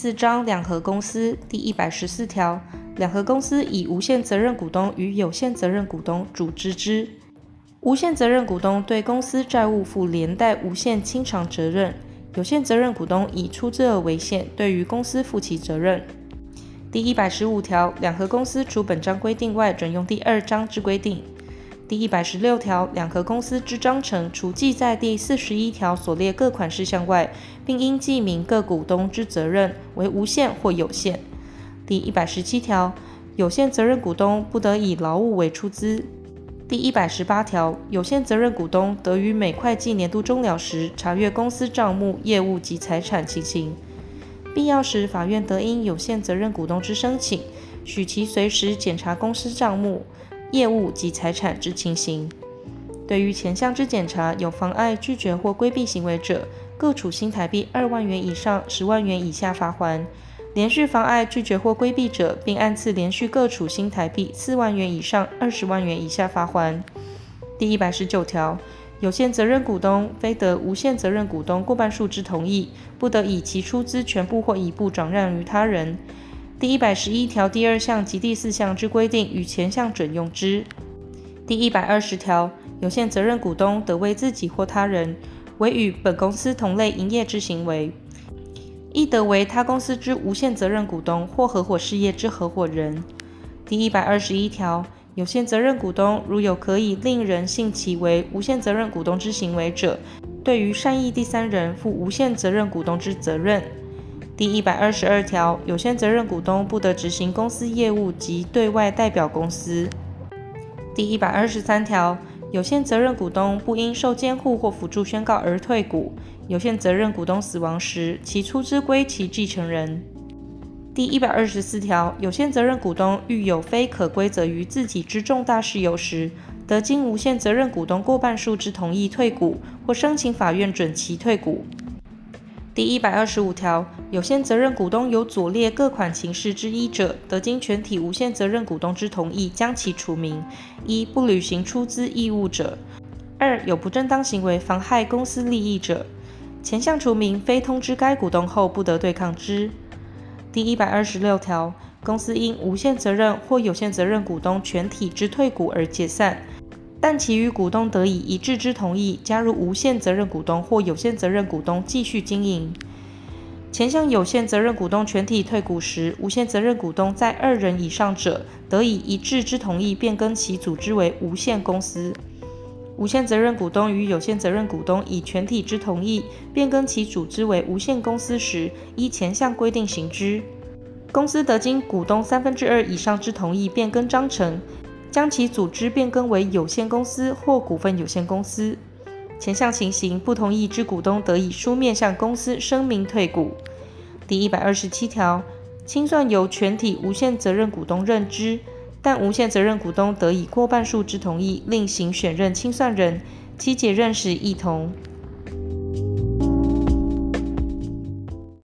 4章两合公司第114条，两合公司以无限责任股东与有限责任股东主支之。无限责任股东对公司债务负连带无限清偿责任，有限责任股东以出资额为限，对于公司负其责任。第115条，两合公司除本章规定外，准用第2章之规定。第116条，两合公司之章程，除记在第41条所列各款事项外，并应记明各股东之责任为无限或有限。第117条，有限责任股东不得以劳务为出资。第118条，有限责任股东得于每会计年度终了时，查阅公司账目、业务及财产情形。必要时，法院得因有限责任股东之申请，许其随时检查公司账目、业务及财产之情形。对于前项之检查有妨碍、拒绝或规避行为者，各处新台币2万元以上10万元以下罚锾；连续妨碍、拒绝或规避者，并按次连续各处新台币4万元以上20万元以下罚锾。第119条，有限责任股东非得无限责任股东过半数之同意，不得以其出资全部或一部转让于他人。第111条第2项及第4项之规定与前项准用之。第120条，有限责任股东得为自己或他人，为与本公司同类营业之行为，亦得为他公司之无限责任股东或合伙事业之合伙人。第121条，有限责任股东如有可以令人信其为无限责任股东之行为者，对于善意第三人负无限责任股东之责任。第122条，有限责任股东不得执行公司业务及对外代表公司。第123条，有限责任股东不因受监护或辅助宣告而退股，有限责任股东死亡时，其出资归其继承人。第124条，有限责任股东遇有非可归责于自己之重大事由时，得经无限责任股东过半数之同意退股，或申请法院准其退股。第125条，有限责任股东有左列各款情事之一者，得经全体无限责任股东之同意将其除名：一、不履行出资义务者；二、有不正当行为妨害公司利益者。前项除名，非通知该股东后不得对抗之。第126条，公司因无限责任或有限责任股东全体之退股而解散，但其余股东得以一致之同意加入无限责任股东或有限责任股东继续经营。前项有限责任股东全体退股时，无限责任股东在2人以上者，得以一致之同意变更其组织为无限公司。无限责任股东与有限责任股东以全体之同意变更其组织为无限公司时，依前项规定行之。公司得经股东2/3以上之同意变更章程，将其组织变更为有限公司或股份有限公司。前项情形不同意之股东，得以书面向公司声明退股。第127条，清算由全体无限责任股东任之，但无限责任股东得以过半数之同意另行选任清算人，其解任时亦同。